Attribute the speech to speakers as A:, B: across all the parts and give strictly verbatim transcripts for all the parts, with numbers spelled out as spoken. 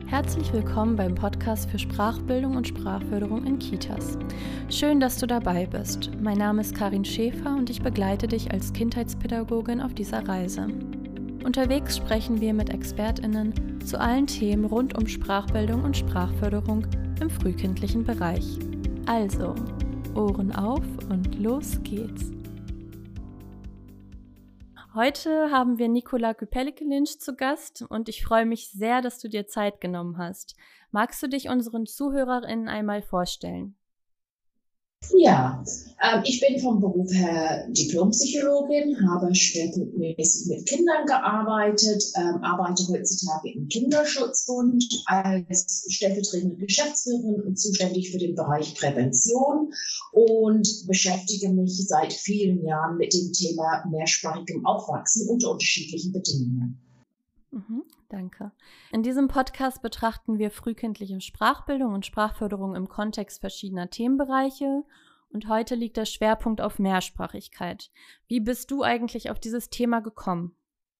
A: Herzlich willkommen beim Podcast für Sprachbildung und Sprachförderung in Kitas. Schön, dass du dabei bist. Mein Name ist Karin Schäfer und ich begleite dich als Kindheitspädagogin auf dieser Reise. Unterwegs sprechen wir mit ExpertInnen zu allen Themen rund um Sprachbildung und Sprachförderung im frühkindlichen Bereich. Also, Ohren auf und los geht's! Heute haben wir Nicola Küpelike-Lynch zu Gast und ich freue mich sehr, dass du dir Zeit genommen hast. Magst du dich unseren ZuhörerInnen einmal vorstellen?
B: Ja, ähm, ich bin vom Beruf her Diplompsychologin, habe schwerpunktmäßig mit Kindern gearbeitet, ähm, arbeite heutzutage im Kinderschutzbund als stellvertretende Geschäftsführerin und zuständig für den Bereich Prävention und beschäftige mich seit vielen Jahren mit dem Thema mehrsprachigem Aufwachsen unter unterschiedlichen Bedingungen.
A: Mhm, danke. In diesem Podcast betrachten wir frühkindliche Sprachbildung und Sprachförderung im Kontext verschiedener Themenbereiche und heute liegt der Schwerpunkt auf Mehrsprachigkeit. Wie bist du eigentlich auf dieses Thema gekommen?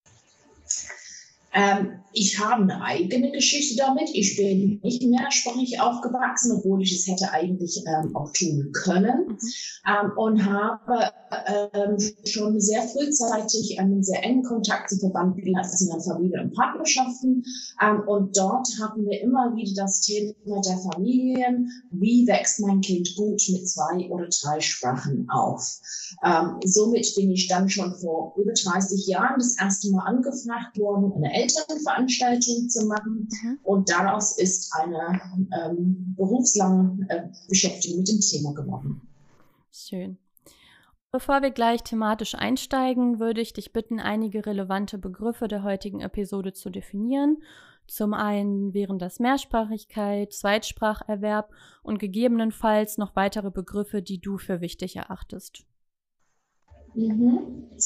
B: Ähm, ich habe eine eigene Geschichte damit. Ich bin nicht mehrsprachig aufgewachsen, obwohl ich es hätte eigentlich ähm, auch tun können. Mhm. Ähm, und habe ähm, schon sehr frühzeitig einen sehr engen Kontakt zu Verband nationalen Familien und Partnerschaften. Ähm, und dort hatten wir immer wieder das Thema der Familien. Wie wächst mein Kind gut mit zwei oder drei Sprachen auf? Ähm, somit bin ich dann schon vor über dreißig Jahren das erste Mal angefragt worden, eine Elternveranstaltung zu machen. Mhm. Und daraus ist eine ähm, berufslange äh, Beschäftigung mit dem Thema geworden.
A: Schön. Bevor wir gleich thematisch einsteigen, würde ich dich bitten, einige relevante Begriffe der heutigen Episode zu definieren. Zum einen wären das Mehrsprachigkeit, Zweitspracherwerb und gegebenenfalls noch weitere Begriffe, die du für wichtig erachtest.
B: Mhm.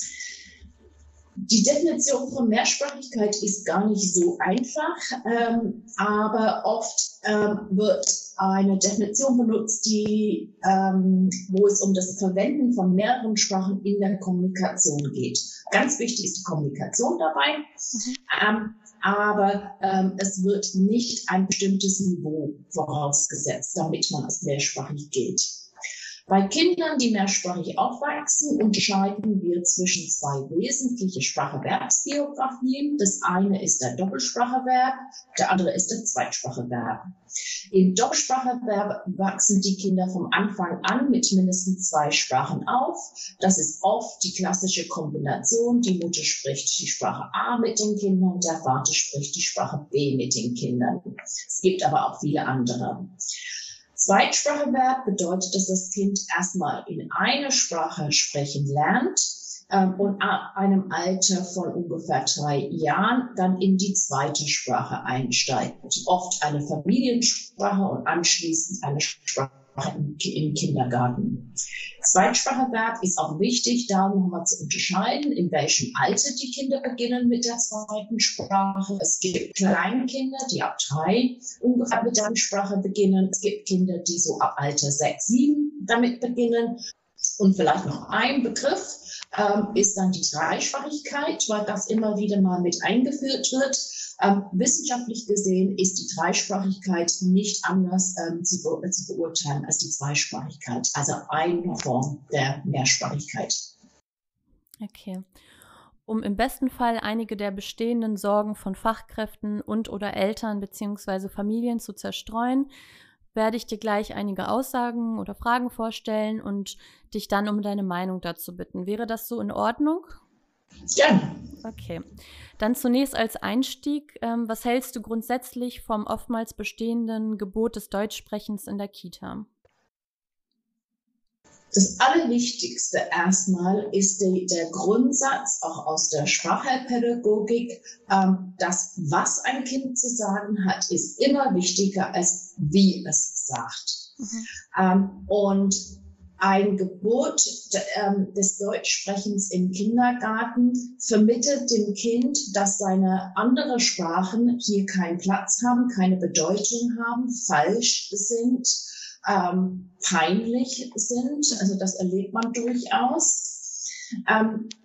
B: Die Definition von Mehrsprachigkeit ist gar nicht so einfach, ähm, aber oft ähm, wird eine Definition benutzt, die, ähm, wo es um das Verwenden von mehreren Sprachen in der Kommunikation geht. Ganz wichtig ist die Kommunikation dabei, mhm. ähm, aber ähm, es wird nicht ein bestimmtes Niveau vorausgesetzt, damit man als mehrsprachig gilt. Bei Kindern, die mehrsprachig aufwachsen, unterscheiden wir zwischen zwei wesentliche Spracherwerbsbiografien. Das eine ist der Doppelspracherwerb, der andere ist der Zweitspracherwerb. Im Doppelspracherwerb wachsen die Kinder vom Anfang an mit mindestens zwei Sprachen auf. Das ist oft die klassische Kombination. Die Mutter spricht die Sprache A mit den Kindern, der Vater spricht die Sprache B mit den Kindern. Es gibt aber auch viele andere. Zweitspracherwerb bedeutet, dass das Kind erstmal in einer Sprache sprechen lernt ähm, und ab einem Alter von ungefähr drei Jahren dann in die zweite Sprache einsteigt. Oft eine Familiensprache und anschließend eine Sprache im, im Kindergarten. Zweitspracherwerb ist auch wichtig, da nochmal zu unterscheiden, in welchem Alter die Kinder beginnen mit der zweiten Sprache. Es gibt Kleinkinder, die ab drei ungefähr mit der Sprache beginnen. Es gibt Kinder, die so ab Alter sechs, sieben damit beginnen. Und vielleicht noch ein Begriff ähm, ist dann die Dreisprachigkeit, weil das immer wieder mal mit eingeführt wird. Ähm, wissenschaftlich gesehen ist die Dreisprachigkeit nicht anders ähm, zu, be- zu beurteilen als die Zweisprachigkeit, also eine Form der Mehrsprachigkeit.
A: Okay. Um im besten Fall einige der bestehenden Sorgen von Fachkräften und oder Eltern bzw. Familien zu zerstreuen, werde ich dir gleich einige Aussagen oder Fragen vorstellen und dich dann um deine Meinung dazu bitten. Wäre das so in Ordnung?
B: Ja.
A: Okay. Dann zunächst als Einstieg, ähm, was hältst du grundsätzlich vom oftmals bestehenden Gebot des Deutschsprechens in der Kita?
B: Das Allerwichtigste erstmal ist die, der Grundsatz, auch aus der Sprachheilpädagogik, ähm, dass was ein Kind zu sagen hat, ist immer wichtiger, als wie es sagt. Mhm. Ähm, und ein Gebot ähm, des Deutschsprechens im Kindergarten vermittelt dem Kind, dass seine anderen Sprachen hier keinen Platz haben, keine Bedeutung haben, falsch sind, ähm, peinlich sind. Also das erlebt man durchaus. Ähm,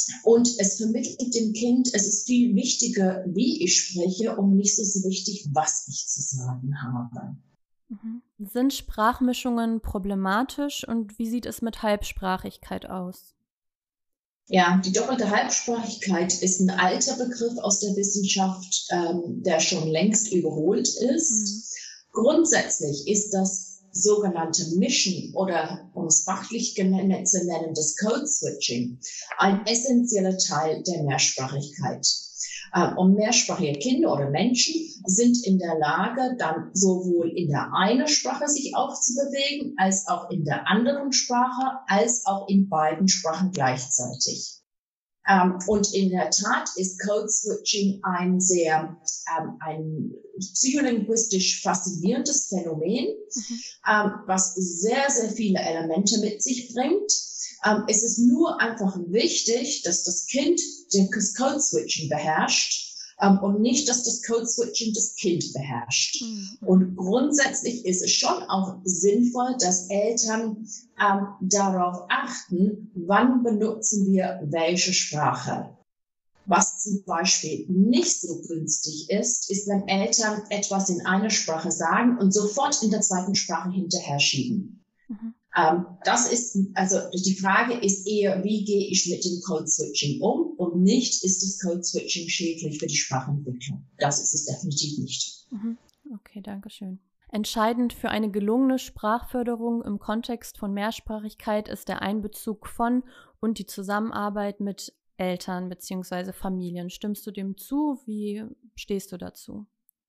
B: Und es vermittelt dem Kind, es ist viel wichtiger, wie ich spreche, und nicht so wichtig, was ich zu sagen habe.
A: Mhm. Sind Sprachmischungen problematisch und wie sieht es mit Halbsprachigkeit aus?
B: Ja, die doppelte Halbsprachigkeit ist ein alter Begriff aus der Wissenschaft, ähm, der schon längst überholt ist. Mhm. Grundsätzlich ist das sogenannte Mischen oder, um es fachlich zu nennen, das Code Switching ein essentieller Teil der Mehrsprachigkeit. Und mehrsprachige Kinder oder Menschen sind in der Lage, dann sowohl in der einen Sprache sich aufzubewegen, als auch in der anderen Sprache, als auch in beiden Sprachen gleichzeitig. Um, und in der Tat ist Code Switching ein sehr um, ein psycholinguistisch faszinierendes Phänomen, mhm. um, was sehr, sehr viele Elemente mit sich bringt. Um, es ist nur einfach wichtig, dass das Kind das Code Switching beherrscht um, und nicht, dass das Code Switching das Kind beherrscht. Mhm. Und grundsätzlich ist es schon auch sinnvoll, dass Eltern um, darauf achten, wann benutzen wir welche Sprache. Was zum Beispiel nicht so günstig ist, ist, wenn Eltern etwas in einer Sprache sagen und sofort in der zweiten Sprache hinterher schieben. Mhm. Um, das ist, also die Frage ist eher, wie gehe ich mit dem Code Switching um, und nicht, ist das Code Switching schädlich für die Sprachentwicklung. Das ist es definitiv nicht.
A: Okay, danke schön. Entscheidend für eine gelungene Sprachförderung im Kontext von Mehrsprachigkeit ist der Einbezug von und die Zusammenarbeit mit Eltern bzw. Familien. Stimmst du dem zu? Wie stehst du dazu?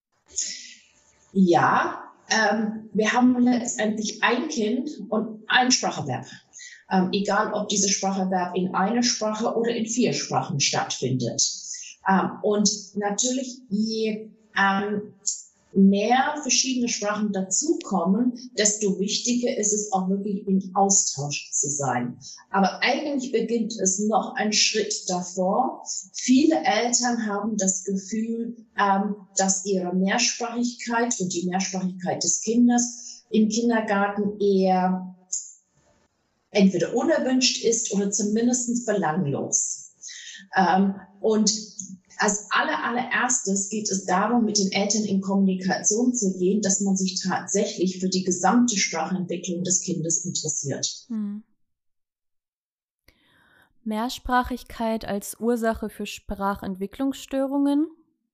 B: Ja. Ähm, wir haben letztendlich ein Kind und ein Spracherwerb. Ähm, egal, ob dieser Spracherwerb in einer Sprache oder in vier Sprachen stattfindet. Ähm, und natürlich, je ähm, mehr verschiedene Sprachen dazukommen, desto wichtiger ist es auch wirklich im Austausch zu sein. Aber eigentlich beginnt es noch ein Schritt davor. Viele Eltern haben das Gefühl, ähm, dass ihre Mehrsprachigkeit und die Mehrsprachigkeit des Kindes im Kindergarten eher entweder unerwünscht ist oder zumindest belanglos. Ähm, und Als aller, allererstes geht es darum, mit den Eltern in Kommunikation zu gehen, dass man sich tatsächlich für die gesamte Sprachentwicklung des Kindes interessiert. Hm.
A: Mehrsprachigkeit als Ursache für Sprachentwicklungsstörungen?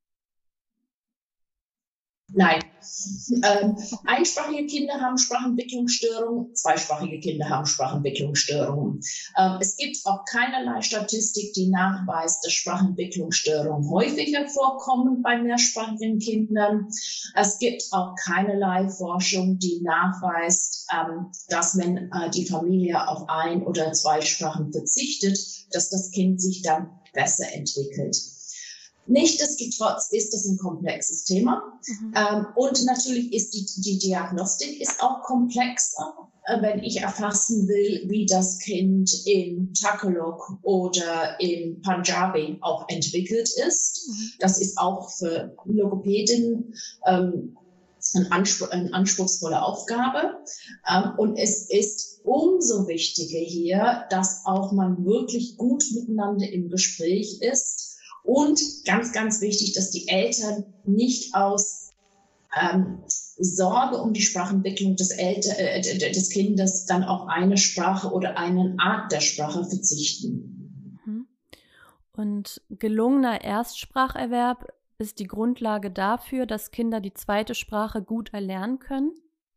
B: Nein. Ähm, einsprachige Kinder haben Sprachentwicklungsstörungen, zweisprachige Kinder haben Sprachentwicklungsstörungen. Ähm, es gibt auch keinerlei Statistik, die nachweist, dass Sprachentwicklungsstörungen häufiger vorkommen bei mehrsprachigen Kindern. Es gibt auch keinerlei Forschung, die nachweist, ähm, dass wenn äh, die Familie auf ein- oder zwei Sprachen verzichtet, dass das Kind sich dann besser entwickelt. Nichtsdestotrotz ist das ein komplexes Thema. Mhm. Ähm, und natürlich ist die, die Diagnostik ist auch komplexer, äh, wenn ich erfassen will, wie das Kind in Tagalog oder in Punjabi auch entwickelt ist. Mhm. Das ist auch für Logopädinnen ähm, eine, Anspruch, eine anspruchsvolle Aufgabe. Ähm, und es ist umso wichtiger hier, dass auch man wirklich gut miteinander im Gespräch ist. Und ganz, ganz wichtig, dass die Eltern nicht aus ähm, Sorge um die Sprachentwicklung des, Elter, äh, des Kindes dann auf eine Sprache oder eine Art der Sprache verzichten.
A: Und gelungener Erstspracherwerb ist die Grundlage dafür, dass Kinder die zweite Sprache gut erlernen können?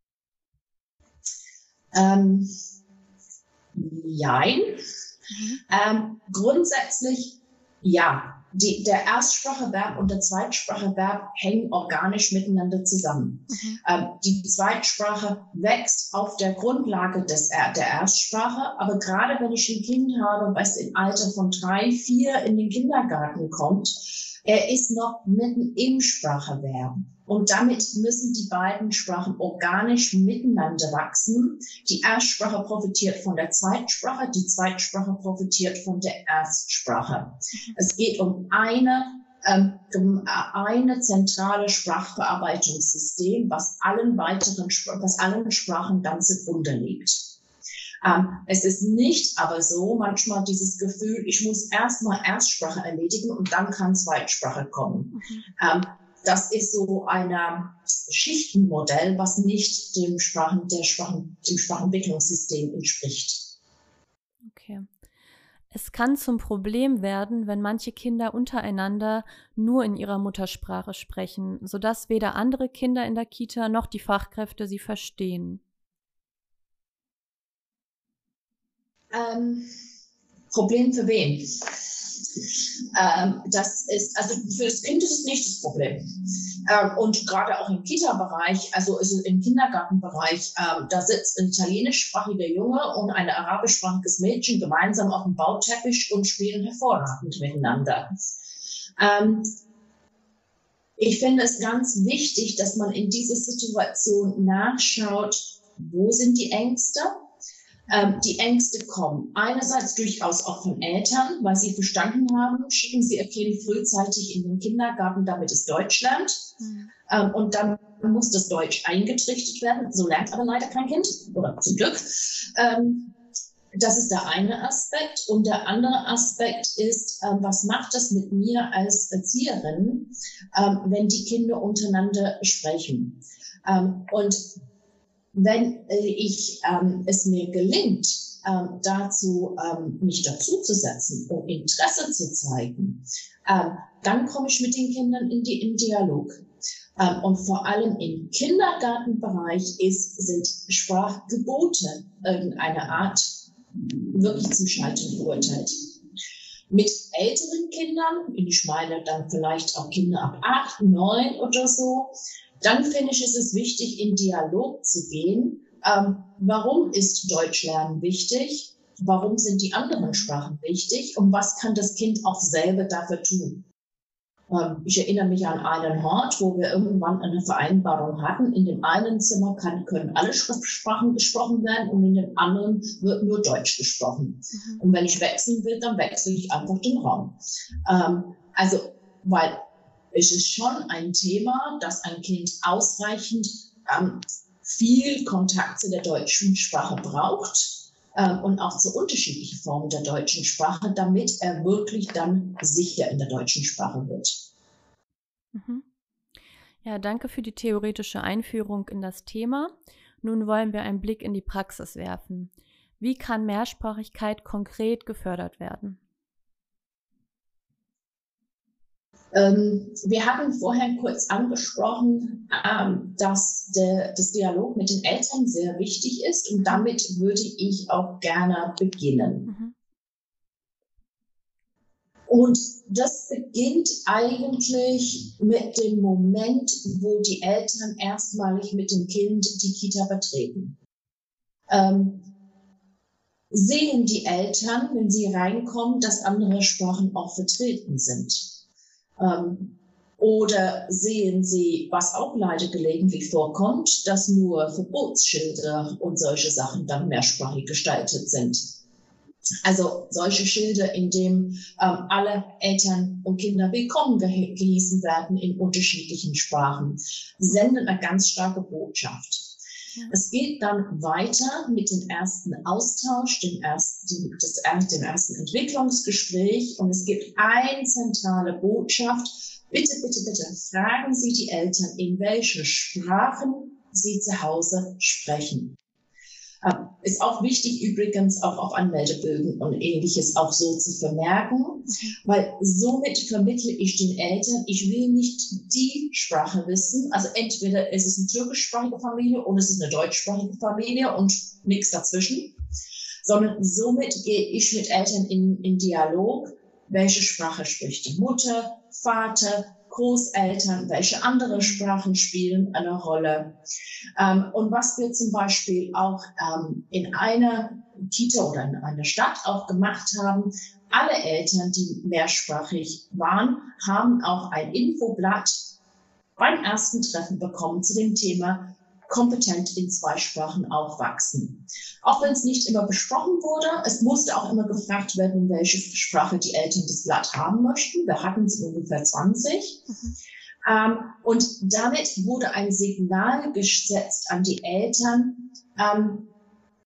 B: Ähm, jein. Mhm. Ähm, grundsätzlich ja. Die, der Erstspracherverb und der Zweitspracherverb hängen organisch miteinander zusammen. Mhm. Ähm, die Zweitsprache wächst auf der Grundlage des, der Erstsprache, aber gerade wenn ich ein Kind habe, was im Alter von drei, vier in den Kindergarten kommt, er ist noch mitten im Spracherwerb. Und damit müssen die beiden Sprachen organisch miteinander wachsen. Die Erstsprache profitiert von der Zweitsprache, die Zweitsprache profitiert von der Erstsprache. Mhm. Es geht um eine, ähm, um eine zentrale Sprachverarbeitungssystem, was allen weiteren, was allen Sprachen dann zugrunde liegt. Ähm, es ist nicht aber so manchmal dieses Gefühl, ich muss erstmal Erstsprache erledigen und dann kann Zweitsprache kommen. Mhm. Ähm, das ist so ein Schichtenmodell, was nicht dem Sprachen, der Sprachen, dem Sprachentwicklungssystem entspricht.
A: Okay. Es kann zum Problem werden, wenn manche Kinder untereinander nur in ihrer Muttersprache sprechen, sodass weder andere Kinder in der Kita noch die Fachkräfte sie verstehen.
B: Ähm, Problem für wen? Ähm, das ist, also für das Kind ist es nicht das Problem. Ähm, und gerade auch im Kita-Bereich, also ist es im Kindergartenbereich, ähm, da sitzt ein italienischsprachiger Junge und ein arabischsprachiges Mädchen gemeinsam auf dem Bauteppich und spielen hervorragend miteinander. Ähm, ich finde es ganz wichtig, dass man in dieser Situation nachschaut, wo sind die Ängste? Ähm, die Ängste kommen einerseits durchaus auch von Eltern, weil sie verstanden haben, schicken sie ihr Kind frühzeitig in den Kindergarten, damit es Deutsch lernt. Mhm. Ähm, und dann muss das Deutsch eingetrichtert werden. So lernt aber leider kein Kind, oder zum Glück. Ähm, das ist der eine Aspekt. Und der andere Aspekt ist, ähm, was macht das mit mir als Erzieherin, ähm, wenn die Kinder untereinander sprechen? Ähm, und wenn äh, ich, ähm, es mir gelingt, ähm, dazu ähm, mich dazuzusetzen und Interesse zu zeigen, ähm, dann komme ich mit den Kindern in die in Dialog. Ähm, und vor allem im Kindergartenbereich ist, sind Sprachgebote irgendeine Art wirklich zum Scheitern verurteilt. Mit älteren Kindern, ich meine dann vielleicht auch Kinder ab acht, neun oder so, dann finde ich, ist es wichtig, in Dialog zu gehen. Ähm, warum ist Deutschlernen wichtig? Warum sind die anderen Sprachen wichtig? Und was kann das Kind auch selber dafür tun? Ähm, ich erinnere mich an einen Hort, wo wir irgendwann eine Vereinbarung hatten. In dem einen Zimmer kann, können alle Sprachen gesprochen werden und in dem anderen wird nur Deutsch gesprochen. Mhm. Und wenn ich wechseln will, dann wechsle ich einfach den Raum. Ähm, also, weil es ist schon ein Thema, dass ein Kind ausreichend ähm, viel Kontakt zu der deutschen Sprache braucht ähm, und auch zu unterschiedlichen Formen der deutschen Sprache, damit er wirklich dann sicher in der deutschen Sprache wird.
A: Mhm. Ja, danke für die theoretische Einführung in das Thema. Nun wollen wir einen Blick in die Praxis werfen. Wie kann Mehrsprachigkeit konkret gefördert werden?
B: Ähm, wir hatten vorher kurz angesprochen, ähm, dass der, das Dialog mit den Eltern sehr wichtig ist und damit würde ich auch gerne beginnen. Mhm. Und das beginnt eigentlich mit dem Moment, wo die Eltern erstmalig mit dem Kind die Kita betreten. Ähm, sehen die Eltern, wenn sie reinkommen, dass andere Sprachen auch vertreten sind? Ähm, oder sehen Sie, was auch leider gelegentlich vorkommt, dass nur Verbotsschilder und solche Sachen dann mehrsprachig gestaltet sind. Also solche Schilder, in denen ähm, alle Eltern und Kinder willkommen ge- gehießen werden in unterschiedlichen Sprachen, senden eine ganz starke Botschaft. Ja. Es geht dann weiter mit dem ersten Austausch, dem ersten, das, dem ersten Entwicklungsgespräch und es gibt eine zentrale Botschaft. Bitte, bitte, bitte fragen Sie die Eltern, in welchen Sprachen sie zu Hause sprechen. Ähm, ist auch wichtig übrigens auch auf Anmeldebögen und Ähnliches auch so zu vermerken, mhm. weil somit vermittle ich den Eltern, ich will nicht die Sprache wissen, also entweder ist es eine türkischsprachige Familie oder es ist eine deutschsprachige Familie und nichts dazwischen, sondern somit gehe ich mit Eltern in, in Dialog, welche Sprache spricht die Mutter, Vater, Großeltern, welche andere Sprachen spielen eine Rolle. Ähm, und was wir zum Beispiel auch ähm, in einer Kita oder in einer Stadt auch gemacht haben, alle Eltern, die mehrsprachig waren, haben auch ein Infoblatt beim ersten Treffen bekommen zu dem Thema kompetent in zwei Sprachen aufwachsen. Auch wenn es nicht immer besprochen wurde, es musste auch immer gefragt werden, in welche Sprache die Eltern das Blatt haben möchten. Wir hatten es ungefähr zwanzig. Mhm. Ähm, und damit wurde ein Signal gesetzt an die Eltern, ähm,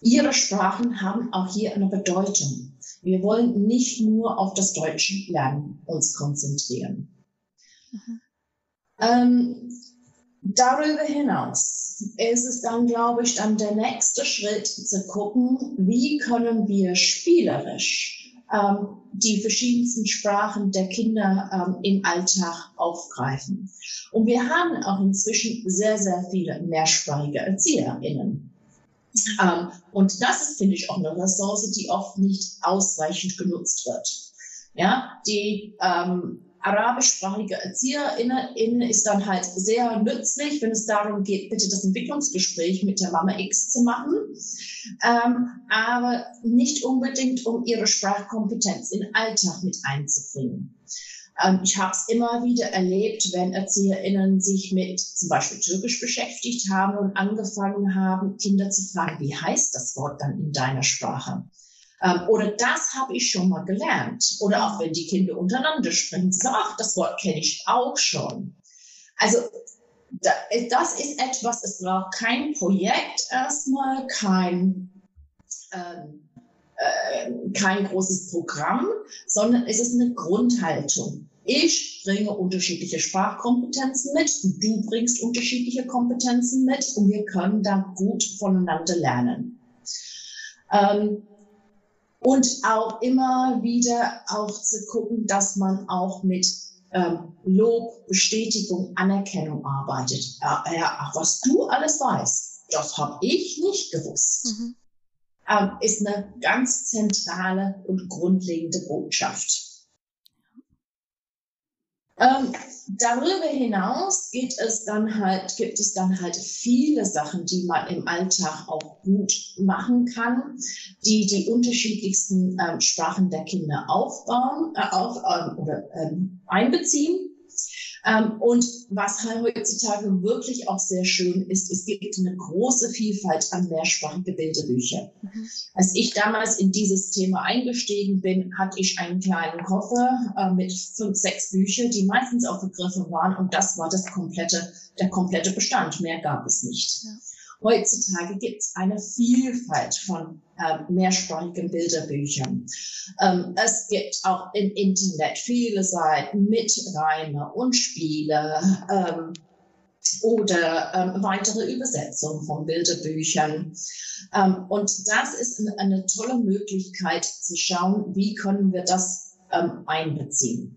B: ihre Sprachen haben auch hier eine Bedeutung. Wir wollen nicht nur auf das Deutsche lernen uns konzentrieren. Mhm. Ähm, darüber hinaus ist es dann, glaube ich, dann der nächste Schritt zu gucken, wie können wir spielerisch ähm, die verschiedensten Sprachen der Kinder ähm, im Alltag aufgreifen. Und wir haben auch inzwischen sehr, sehr viele mehrsprachige ErzieherInnen. Ähm, und das ist, finde ich, auch eine Ressource, die oft nicht ausreichend genutzt wird. Ja, die ähm, arabischsprachige ErzieherInnen ist dann halt sehr nützlich, wenn es darum geht, bitte das Entwicklungsgespräch mit der Mama X zu machen, ähm, aber nicht unbedingt, um ihre Sprachkompetenz in den Alltag mit einzubringen. Ähm, ich habe es immer wieder erlebt, wenn ErzieherInnen sich mit zum Beispiel Türkisch beschäftigt haben und angefangen haben, Kinder zu fragen, wie heißt das Wort dann in deiner Sprache? Ähm, oder das habe ich schon mal gelernt. Oder auch wenn die Kinder untereinander sprechen, sagen, ach, das Wort kenne ich auch schon. Also da, das ist etwas, es braucht kein Projekt erstmal, kein, ähm, äh, kein großes Programm, sondern es ist eine Grundhaltung. Ich bringe unterschiedliche Sprachkompetenzen mit, du bringst unterschiedliche Kompetenzen mit und wir können da gut voneinander lernen. Ähm, Und auch immer wieder auch zu gucken, dass man auch mit ähm, Lob, Bestätigung, Anerkennung arbeitet. Ja, ja, was du alles weißt, das habe ich nicht gewusst. Mhm. Ähm, ist eine ganz zentrale und grundlegende Botschaft. Ähm, darüber hinaus geht es dann halt, gibt es dann halt viele Sachen, die man im Alltag auch gut machen kann, die die unterschiedlichsten ähm, Sprachen der Kinder aufbauen äh, auf, ähm, oder ähm, einbeziehen. Ähm, und was halt heutzutage wirklich auch sehr schön ist, es gibt eine große Vielfalt an mehrsprachige Bilderbücher. Mhm. Als ich damals in dieses Thema eingestiegen bin, hatte ich einen kleinen Koffer äh, mit fünf, sechs Büchern, die meistens auch Begriffe waren und das war das komplette, der komplette Bestand. Mehr gab es nicht. Ja. Heutzutage gibt es eine Vielfalt von äh, mehrsprachigen Bilderbüchern. Ähm, es gibt auch im Internet viele Seiten mit Reime und Spiele ähm, oder ähm, weitere Übersetzungen von Bilderbüchern. Ähm, und das ist eine, eine tolle Möglichkeit zu schauen, wie können wir das ähm, einbeziehen.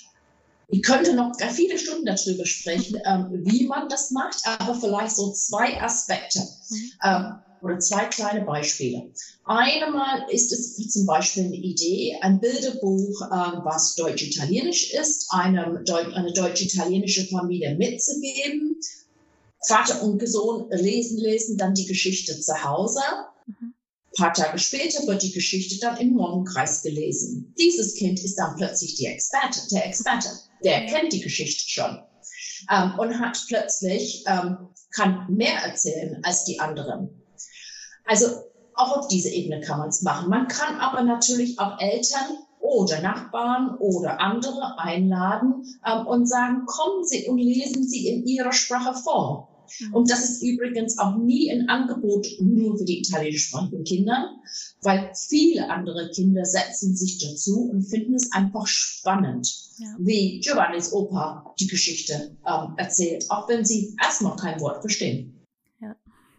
B: Ich könnte noch viele Stunden darüber sprechen, ähm, wie man das macht, aber vielleicht so zwei Aspekte mhm. ähm, oder zwei kleine Beispiele. Einmal ist es zum Beispiel eine Idee, ein Bilderbuch, ähm, was deutsch-italienisch ist, einem Deu- eine deutsch-italienische Familie mitzugeben. Vater und Sohn lesen, lesen dann die Geschichte zu Hause. Mhm. Ein paar Tage später wird die Geschichte dann im Morgenkreis gelesen. Dieses Kind ist dann plötzlich die Experte, der Experte. Der kennt die Geschichte schon ähm, und hat plötzlich, ähm, kann mehr erzählen als die anderen. Also auch auf diese Ebene kann man es machen. Man kann aber natürlich auch Eltern oder Nachbarn oder andere einladen ähm, und sagen, kommen Sie und lesen Sie in Ihrer Sprache vor. Und das ist übrigens auch nie ein Angebot nur für die italienischsprachigen Kinder, weil viele andere Kinder setzen sich dazu und finden es einfach spannend, ja. wie Giovannis Opa die Geschichte ähm, erzählt, auch wenn sie erstmal kein Wort verstehen.
A: Ja.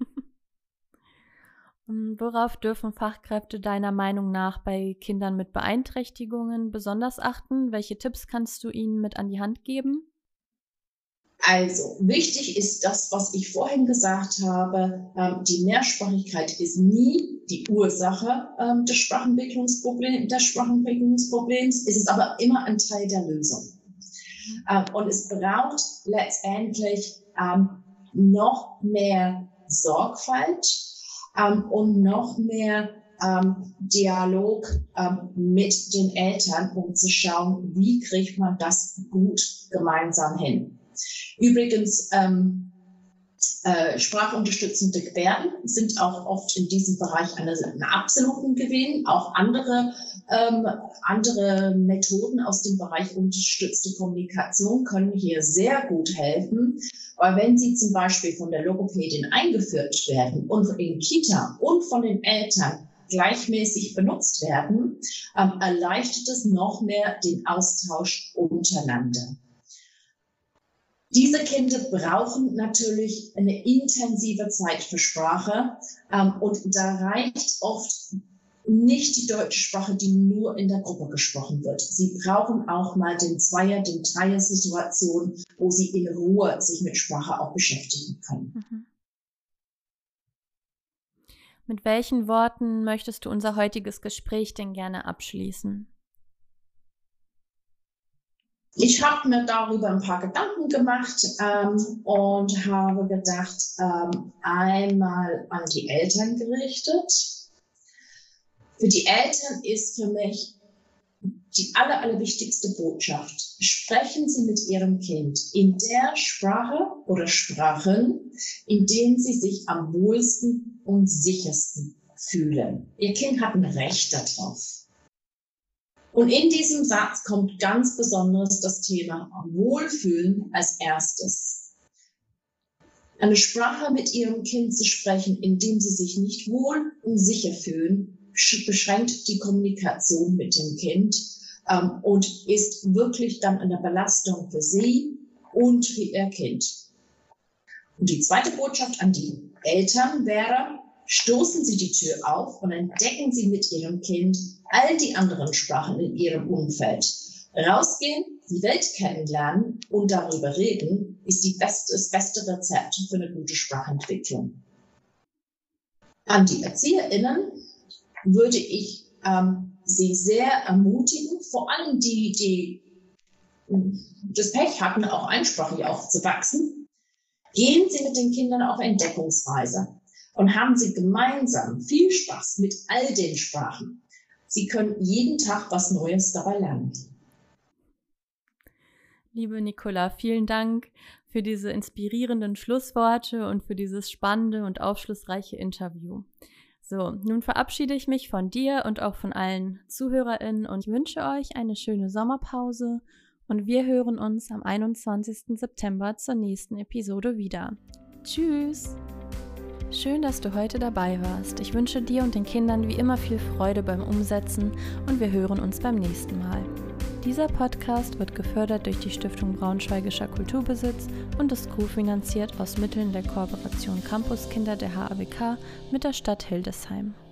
A: Worauf dürfen Fachkräfte deiner Meinung nach bei Kindern mit Beeinträchtigungen besonders achten? Welche Tipps kannst du ihnen mit an die Hand geben?
B: Also wichtig ist das, was ich vorhin gesagt habe, ähm, die Mehrsprachigkeit ist nie die Ursache ähm, des Sprachentwicklungsproblems, des Sprachentwicklungsproblems, es ist aber immer ein Teil der Lösung. Mhm. Ähm, und es braucht letztendlich ähm, noch mehr Sorgfalt ähm, und noch mehr ähm, Dialog ähm, mit den Eltern, um zu schauen, wie kriegt man das gut gemeinsam hin. Übrigens, ähm, äh, sprachunterstützende Gebärden sind auch oft in diesem Bereich eine, eine absoluten Gewinn. Auch andere, ähm, andere Methoden aus dem Bereich unterstützte Kommunikation können hier sehr gut helfen, Weil wenn sie zum Beispiel von der Logopädin eingeführt werden und in Kita und von den Eltern gleichmäßig benutzt werden, ähm, erleichtert es noch mehr den Austausch untereinander. Diese Kinder brauchen natürlich eine intensive Zeit für Sprache ähm, und da reicht oft nicht die deutsche Sprache, die nur in der Gruppe gesprochen wird. Sie brauchen auch mal den Zweier-, den Dreier-Situation, wo sie in Ruhe sich mit Sprache auch beschäftigen können.
A: Mhm. Mit welchen Worten möchtest du unser heutiges Gespräch denn gerne abschließen?
B: Ich habe mir darüber ein paar Gedanken gemacht ähm, und habe gedacht, ähm, einmal an die Eltern gerichtet. Für die Eltern ist für mich die aller, allerwichtigste Botschaft: Sprechen Sie mit Ihrem Kind in der Sprache oder Sprachen, in denen Sie sich am wohlsten und sichersten fühlen. Ihr Kind hat ein Recht darauf. Und in diesem Satz kommt ganz besonders das Thema Wohlfühlen als erstes. Eine Sprache mit Ihrem Kind zu sprechen, in dem Sie sich nicht wohl und sicher fühlen, beschränkt die Kommunikation mit dem Kind ähm, und ist wirklich dann eine Belastung für Sie und für Ihr Kind. Und die zweite Botschaft an die Eltern wäre: Stoßen Sie die Tür auf und entdecken Sie mit Ihrem Kind all die anderen Sprachen in Ihrem Umfeld. Rausgehen, die Welt kennenlernen und darüber reden, ist die beste, das beste Rezept für eine gute Sprachentwicklung. An die ErzieherInnen würde ich ähm, sie sehr ermutigen, vor allem die, die das Pech hatten, auch einsprachig aufzuwachsen. Gehen Sie mit den Kindern auf Entdeckungsreise und haben Sie gemeinsam viel Spaß mit all den Sprachen. Sie können jeden Tag was Neues dabei lernen.
A: Liebe Nicola, vielen Dank für diese inspirierenden Schlussworte und für dieses spannende und aufschlussreiche Interview. So, nun verabschiede ich mich von dir und auch von allen ZuhörerInnen und wünsche euch eine schöne Sommerpause und wir hören uns am einundzwanzigsten September zur nächsten Episode wieder. Tschüss! Schön, dass du heute dabei warst. Ich wünsche dir und den Kindern wie immer viel Freude beim Umsetzen und wir hören uns beim nächsten Mal. Dieser Podcast wird gefördert durch die Stiftung Braunschweigischer Kulturbesitz und ist co-finanziert aus Mitteln der Kooperation Campuskinder der H A W K mit der Stadt Hildesheim.